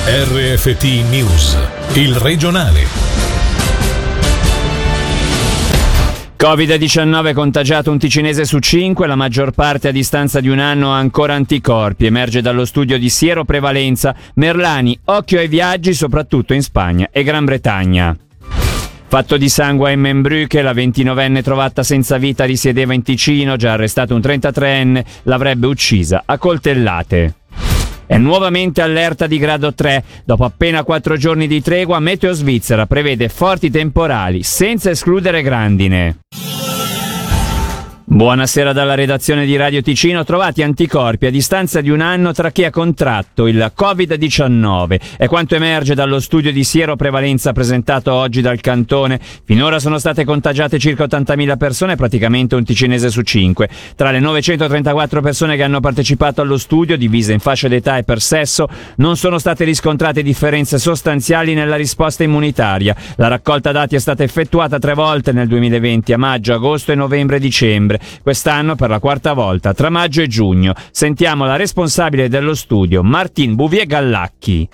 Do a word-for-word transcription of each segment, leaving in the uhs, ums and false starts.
R F T News, il regionale. covid diciannove contagiato un ticinese su cinque, la maggior parte a distanza di un anno ha ancora anticorpi. Emerge dallo studio di sieroprevalenza. Merlani, occhio ai viaggi soprattutto in Spagna e Gran Bretagna. Fatto di sangue a Emmenbrücke, la ventinovenne trovata senza vita risiedeva in Ticino, già arrestato un trentatreenne, l'avrebbe uccisa a coltellate. È nuovamente allerta di grado tre. Dopo appena quattro giorni di tregua, Meteo Svizzera prevede forti temporali, senza escludere grandine. Buonasera dalla redazione di Radio Ticino. Trovati anticorpi a distanza di un anno tra chi ha contratto il covid diciannove. È quanto emerge dallo studio di sieroprevalenza presentato oggi dal Cantone. Finora sono state contagiate circa ottantamila persone, praticamente un ticinese su cinque. Tra le novecentotrentaquattro persone che hanno partecipato allo studio, divise in fasce d'età e per sesso, non sono state riscontrate differenze sostanziali nella risposta immunitaria. La raccolta dati è stata effettuata tre volte nel duemilaventi, a maggio, agosto e novembre e dicembre. Quest'anno per la quarta volta, tra maggio e giugno. Sentiamo la responsabile dello studio, Martine Bouvier-Gallacchi.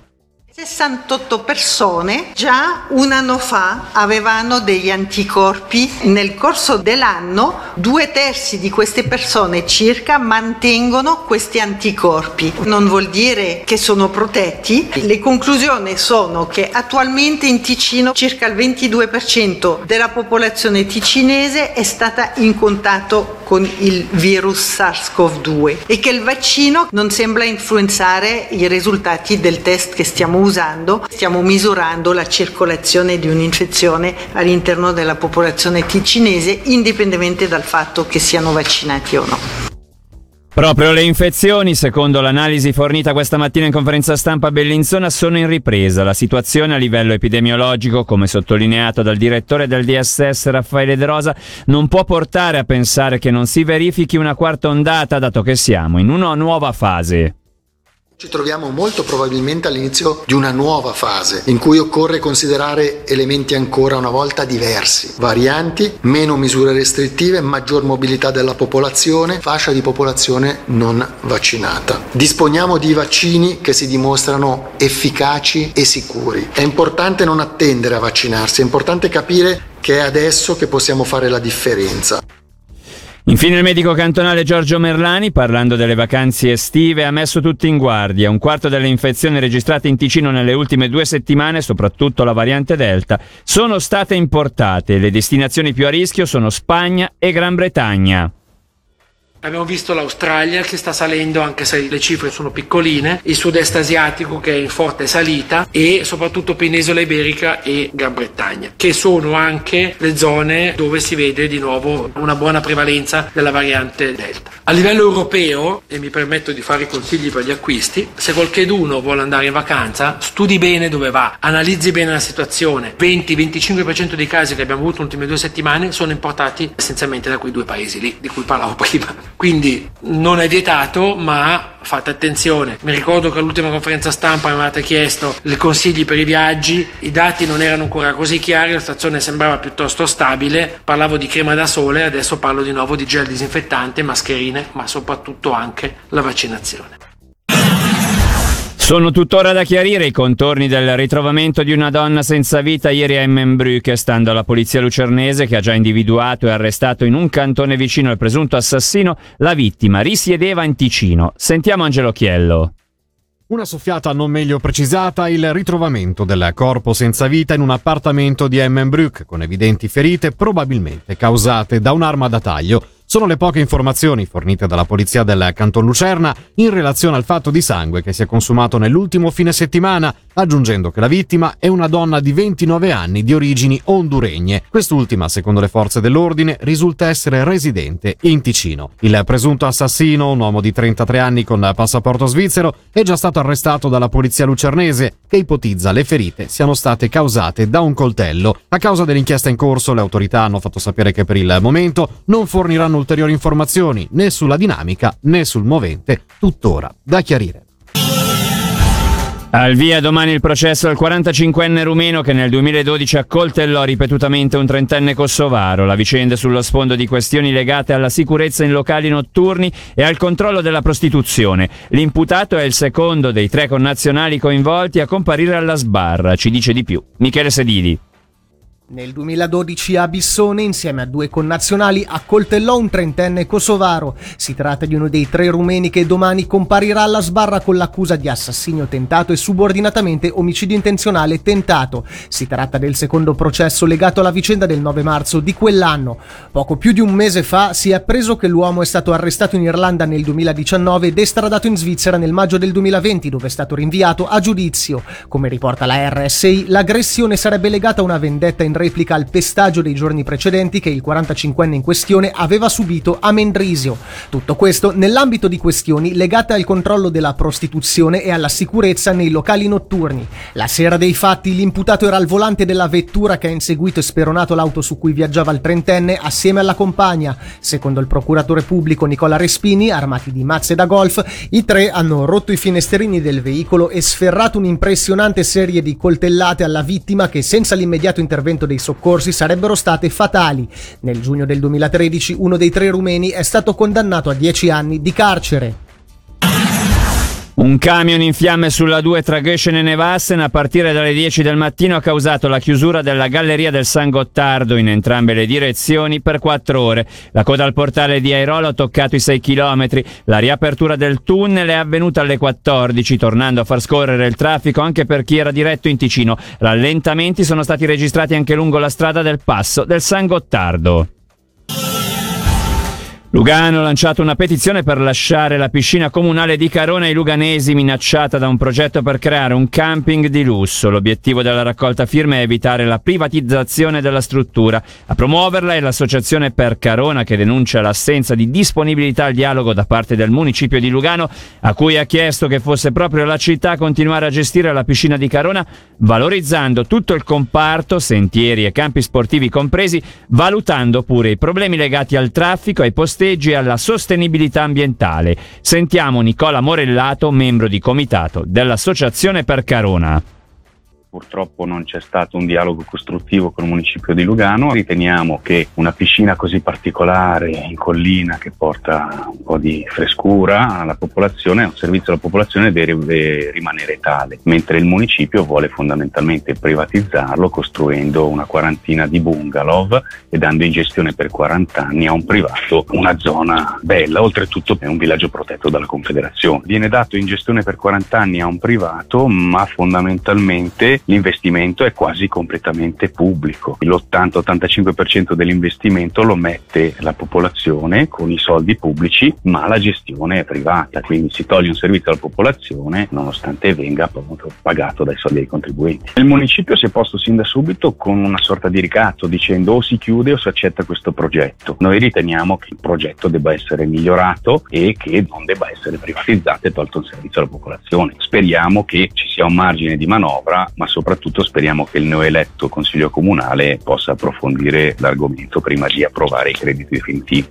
sessantotto persone già un anno fa avevano degli anticorpi. Nel corso dell'anno due terzi di queste persone circa mantengono questi anticorpi. Non vuol dire che sono protetti. Le conclusioni sono che attualmente in Ticino circa il ventidue per cento della popolazione ticinese è stata in contatto con il virus SARS-CoV due e che il vaccino non sembra influenzare i risultati del test che stiamo usando. Stiamo misurando la circolazione di un'infezione all'interno della popolazione ticinese, indipendentemente dal fatto che siano vaccinati o no. Proprio le infezioni, secondo l'analisi fornita questa mattina in conferenza stampa a Bellinzona, sono in ripresa. La situazione a livello epidemiologico, come sottolineato dal direttore del D S S Raffaele De Rosa, non può portare a pensare che non si verifichi una quarta ondata, dato che siamo in una nuova fase. Ci troviamo molto probabilmente all'inizio di una nuova fase in cui occorre considerare elementi ancora una volta diversi: varianti, meno misure restrittive, maggior mobilità della popolazione, fascia di popolazione non vaccinata. Disponiamo di vaccini che si dimostrano efficaci e sicuri. È importante non attendere a vaccinarsi, è importante capire che è adesso che possiamo fare la differenza. Infine il medico cantonale Giorgio Merlani, parlando delle vacanze estive, ha messo tutti in guardia. Un quarto delle infezioni registrate in Ticino nelle ultime due settimane, soprattutto la variante Delta, sono state importate. Le destinazioni più a rischio sono Spagna e Gran Bretagna. Abbiamo visto l'Australia che sta salendo, anche se le cifre sono piccoline, il sud-est asiatico che è in forte salita e soprattutto penisola iberica e Gran Bretagna, che sono anche le zone dove si vede di nuovo una buona prevalenza della variante Delta. A livello europeo, e mi permetto di fare i consigli per gli acquisti, se qualcheduno vuole andare in vacanza, studi bene dove va, analizzi bene la situazione. venti venticinque per cento dei casi che abbiamo avuto nelle ultime due settimane sono importati essenzialmente da quei due paesi lì, di cui parlavo prima. Quindi non è vietato, ma fate attenzione. Mi ricordo che all'ultima conferenza stampa mi avevate chiesto i consigli per i viaggi, i dati non erano ancora così chiari, la situazione sembrava piuttosto stabile, parlavo di crema da sole, adesso parlo di nuovo di gel disinfettante, mascherine, ma soprattutto anche la vaccinazione. Sono tuttora da chiarire i contorni del ritrovamento di una donna senza vita ieri a Emmenbrücke, stando alla polizia lucernese che ha già individuato e arrestato in un cantone vicino al presunto assassino. La vittima risiedeva in Ticino. Sentiamo Angelo Chiello. Una soffiata non meglio precisata, il ritrovamento del corpo senza vita in un appartamento di Emmenbrücke con evidenti ferite probabilmente causate da un'arma da taglio. Sono le poche informazioni fornite dalla polizia del Canton Lucerna in relazione al fatto di sangue che si è consumato nell'ultimo fine settimana, aggiungendo che la vittima è una donna di ventinove anni di origini honduregne. Quest'ultima, secondo le forze dell'ordine, risulta essere residente in Ticino. Il presunto assassino, un uomo di trentatré anni con passaporto svizzero, è già stato arrestato dalla polizia lucernese, che ipotizza le ferite siano state causate da un coltello. A causa dell'inchiesta in corso, le autorità hanno fatto sapere che per il momento non forniranno ulteriori informazioni né sulla dinamica né sul movente, tuttora da chiarire. Al via domani il processo al quarantacinquenne rumeno che nel duemiladodici accoltellò ripetutamente un trentenne kosovaro. La vicenda sullo sfondo di questioni legate alla sicurezza in locali notturni e al controllo della prostituzione. L'imputato è il secondo dei tre connazionali coinvolti a comparire alla sbarra. Ci dice di più Michele Sedili. Nel duemiladodici a Bissone, insieme a due connazionali, accoltellò un trentenne kosovaro. Si tratta di uno dei tre rumeni che domani comparirà alla sbarra con l'accusa di assassinio tentato e subordinatamente omicidio intenzionale tentato. Si tratta del secondo processo legato alla vicenda del nove marzo di quell'anno. Poco più di un mese fa si è appreso che l'uomo è stato arrestato in Irlanda nel duemiladiciannove ed estradato in Svizzera nel maggio del duemilaventi, dove è stato rinviato a giudizio. Come riporta la R S I, l'aggressione sarebbe legata a una vendetta in replica al pestaggio dei giorni precedenti che il quarantacinquenne in questione aveva subito a Mendrisio. Tutto questo nell'ambito di questioni legate al controllo della prostituzione e alla sicurezza nei locali notturni. La sera dei fatti l'imputato era al volante della vettura che ha inseguito e speronato l'auto su cui viaggiava il trentenne assieme alla compagna. Secondo il procuratore pubblico Nicola Respini, armati di mazze da golf, i tre hanno rotto i finestrini del veicolo e sferrato un'impressionante serie di coltellate alla vittima che senza l'immediato intervento dei soccorsi sarebbero state fatali. Nel giugno del duemilatredici uno dei tre rumeni è stato condannato a dieci anni di carcere. Un camion in fiamme sulla due tra Göschen e Nevassen a partire dalle dieci del mattino ha causato la chiusura della galleria del San Gottardo in entrambe le direzioni per quattro ore. La coda al portale di Airolo ha toccato i sei chilometri. La riapertura del tunnel è avvenuta alle quattordici, tornando a far scorrere il traffico anche per chi era diretto in Ticino. Rallentamenti sono stati registrati anche lungo la strada del passo del San Gottardo. Lugano ha lanciato una petizione per lasciare la piscina comunale di Carona ai luganesi, minacciata da un progetto per creare un camping di lusso. L'obiettivo della raccolta firme è evitare la privatizzazione della struttura. A promuoverla è l'Associazione per Carona, che denuncia l'assenza di disponibilità al dialogo da parte del municipio di Lugano, a cui ha chiesto che fosse proprio la città a continuare a gestire la piscina di Carona, valorizzando tutto il comparto, sentieri e campi sportivi compresi, valutando pure i problemi legati al traffico, ai posteggi e alla sostenibilità ambientale. Sentiamo Nicola Morellato, membro di comitato dell'Associazione per Carona. Purtroppo non c'è stato un dialogo costruttivo con il municipio di Lugano. Riteniamo che una piscina così particolare in collina, che porta un po' di frescura alla popolazione, un servizio alla popolazione, deve rimanere tale, mentre il municipio vuole fondamentalmente privatizzarlo costruendo una quarantina di bungalow e dando in gestione per quaranta anni a un privato una zona bella. Oltretutto è un villaggio protetto dalla Confederazione. Viene dato in gestione per quaranta anni a un privato, ma fondamentalmente l'investimento è quasi completamente pubblico. L'ottanta ottantacinque per cento dell'investimento lo mette la popolazione con i soldi pubblici, ma la gestione è privata, quindi si toglie un servizio alla popolazione nonostante venga pagato dai soldi dei contribuenti. Il municipio si è posto sin da subito con una sorta di ricatto dicendo o si chiude o si accetta questo progetto. Noi riteniamo che il progetto debba essere migliorato e che non debba essere privatizzato e tolto un servizio alla popolazione. Speriamo che ci sia un margine di manovra, ma soprattutto speriamo che il neoeletto Consiglio Comunale possa approfondire l'argomento prima di approvare i crediti definitivi.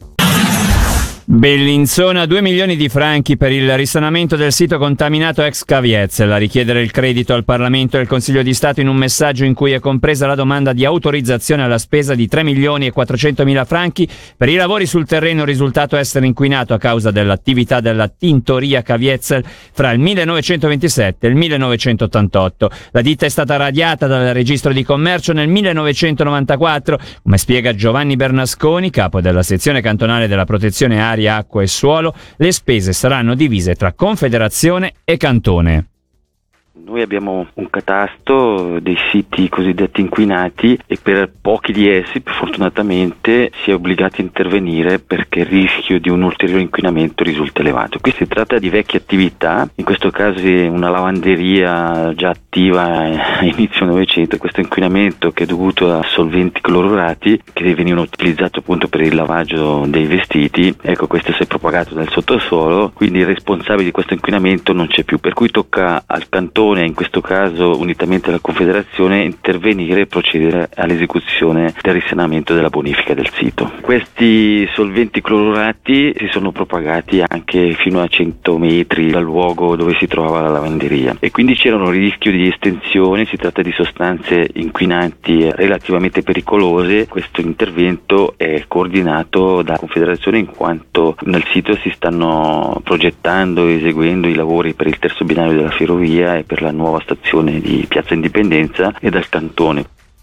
Bellinzona, due milioni di franchi per il risanamento del sito contaminato ex Kavietzel. A richiedere il credito al Parlamento e al Consiglio di Stato in un messaggio in cui è compresa la domanda di autorizzazione alla spesa di tre milioni e quattrocentomila franchi per i lavori sul terreno risultato essere inquinato a causa dell'attività della tintoria Kavietzel fra il millenovecentoventisette e il millenovecentottantotto. La ditta è stata radiata dal registro di commercio nel millenovecentonovantaquattro, come spiega Giovanni Bernasconi, capo della sezione cantonale della protezione aria, acqua e suolo. Le spese saranno divise tra Confederazione e Cantone. Noi abbiamo un catasto dei siti cosiddetti inquinati e per pochi di essi, fortunatamente, si è obbligati a intervenire perché il rischio di un ulteriore inquinamento risulta elevato. Qui si tratta di vecchie attività, in questo caso una lavanderia già attiva a inizio Novecento. Questo inquinamento, che è dovuto a solventi clorurati che venivano utilizzati appunto per il lavaggio dei vestiti, ecco, questo si è propagato dal sottosuolo, quindi il responsabile di questo inquinamento non c'è più, per cui tocca al cantone Cantone, in questo caso unitamente alla Confederazione, intervenire e procedere all'esecuzione del risanamento della bonifica del sito. Questi solventi clorurati si sono propagati anche fino a cento metri dal luogo dove si trovava la lavanderia e quindi c'era un rischio di estensione. Si tratta di sostanze inquinanti relativamente pericolose. Questo intervento è coordinato dalla Confederazione in quanto nel sito si stanno progettando e eseguendo i lavori per il terzo binario della ferrovia e per la nuova stazione di Piazza Indipendenza e dal Cantone.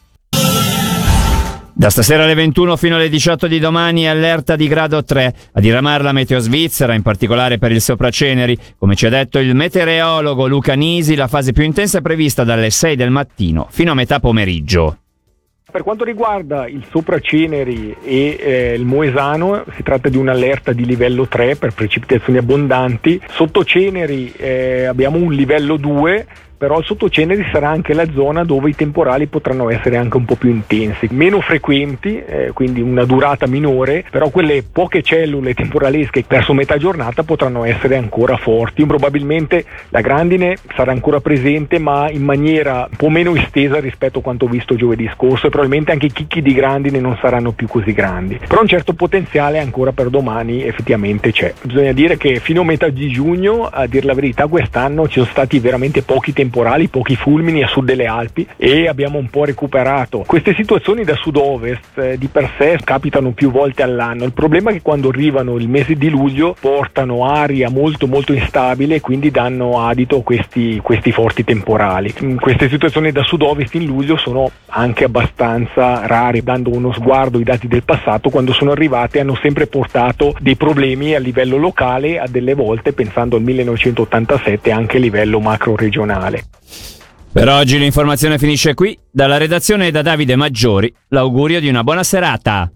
Da stasera alle ventuno fino alle diciotto di domani allerta di grado tre. A diramare la meteo svizzera, in particolare per il Sopraceneri. Come ci ha detto il meteorologo Luca Nisi, la fase più intensa è prevista dalle sei del mattino fino a metà pomeriggio. Per quanto riguarda il Sopraceneri e eh, il Moesano, si tratta di un'allerta di livello tre per precipitazioni abbondanti. Sotto Ceneri eh, abbiamo un livello due, però sotto Ceneri sarà anche la zona dove i temporali potranno essere anche un po' più intensi, meno frequenti, eh, quindi una durata minore, però quelle poche cellule temporalesche verso metà giornata potranno essere ancora forti. Probabilmente la grandine sarà ancora presente, ma in maniera un po' meno estesa rispetto a quanto visto giovedì scorso, e probabilmente anche i chicchi di grandine non saranno più così grandi, però un certo potenziale ancora per domani effettivamente c'è. Bisogna dire che fino a metà di giugno, a dir la verità, quest'anno ci sono stati veramente pochi temporali temporali, pochi fulmini a sud delle Alpi, e abbiamo un po' recuperato. Queste situazioni da sud-ovest eh, di per sé capitano più volte all'anno. Il problema è che quando arrivano il mese di luglio portano aria molto molto instabile e quindi danno adito a questi, questi forti temporali. Queste situazioni da sud-ovest in luglio sono anche abbastanza rare. Dando uno sguardo ai dati del passato, quando sono arrivate hanno sempre portato dei problemi a livello locale, a delle volte, pensando al millenovecentottantasette, anche a livello macro regionale. Per oggi l'informazione finisce qui. Dalla redazione e da Davide Maggiori l'augurio di una buona serata.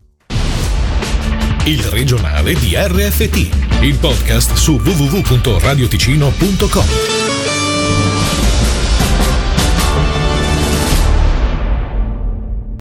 Il regionale di R F T, il podcast su w w w punto radioticino punto com.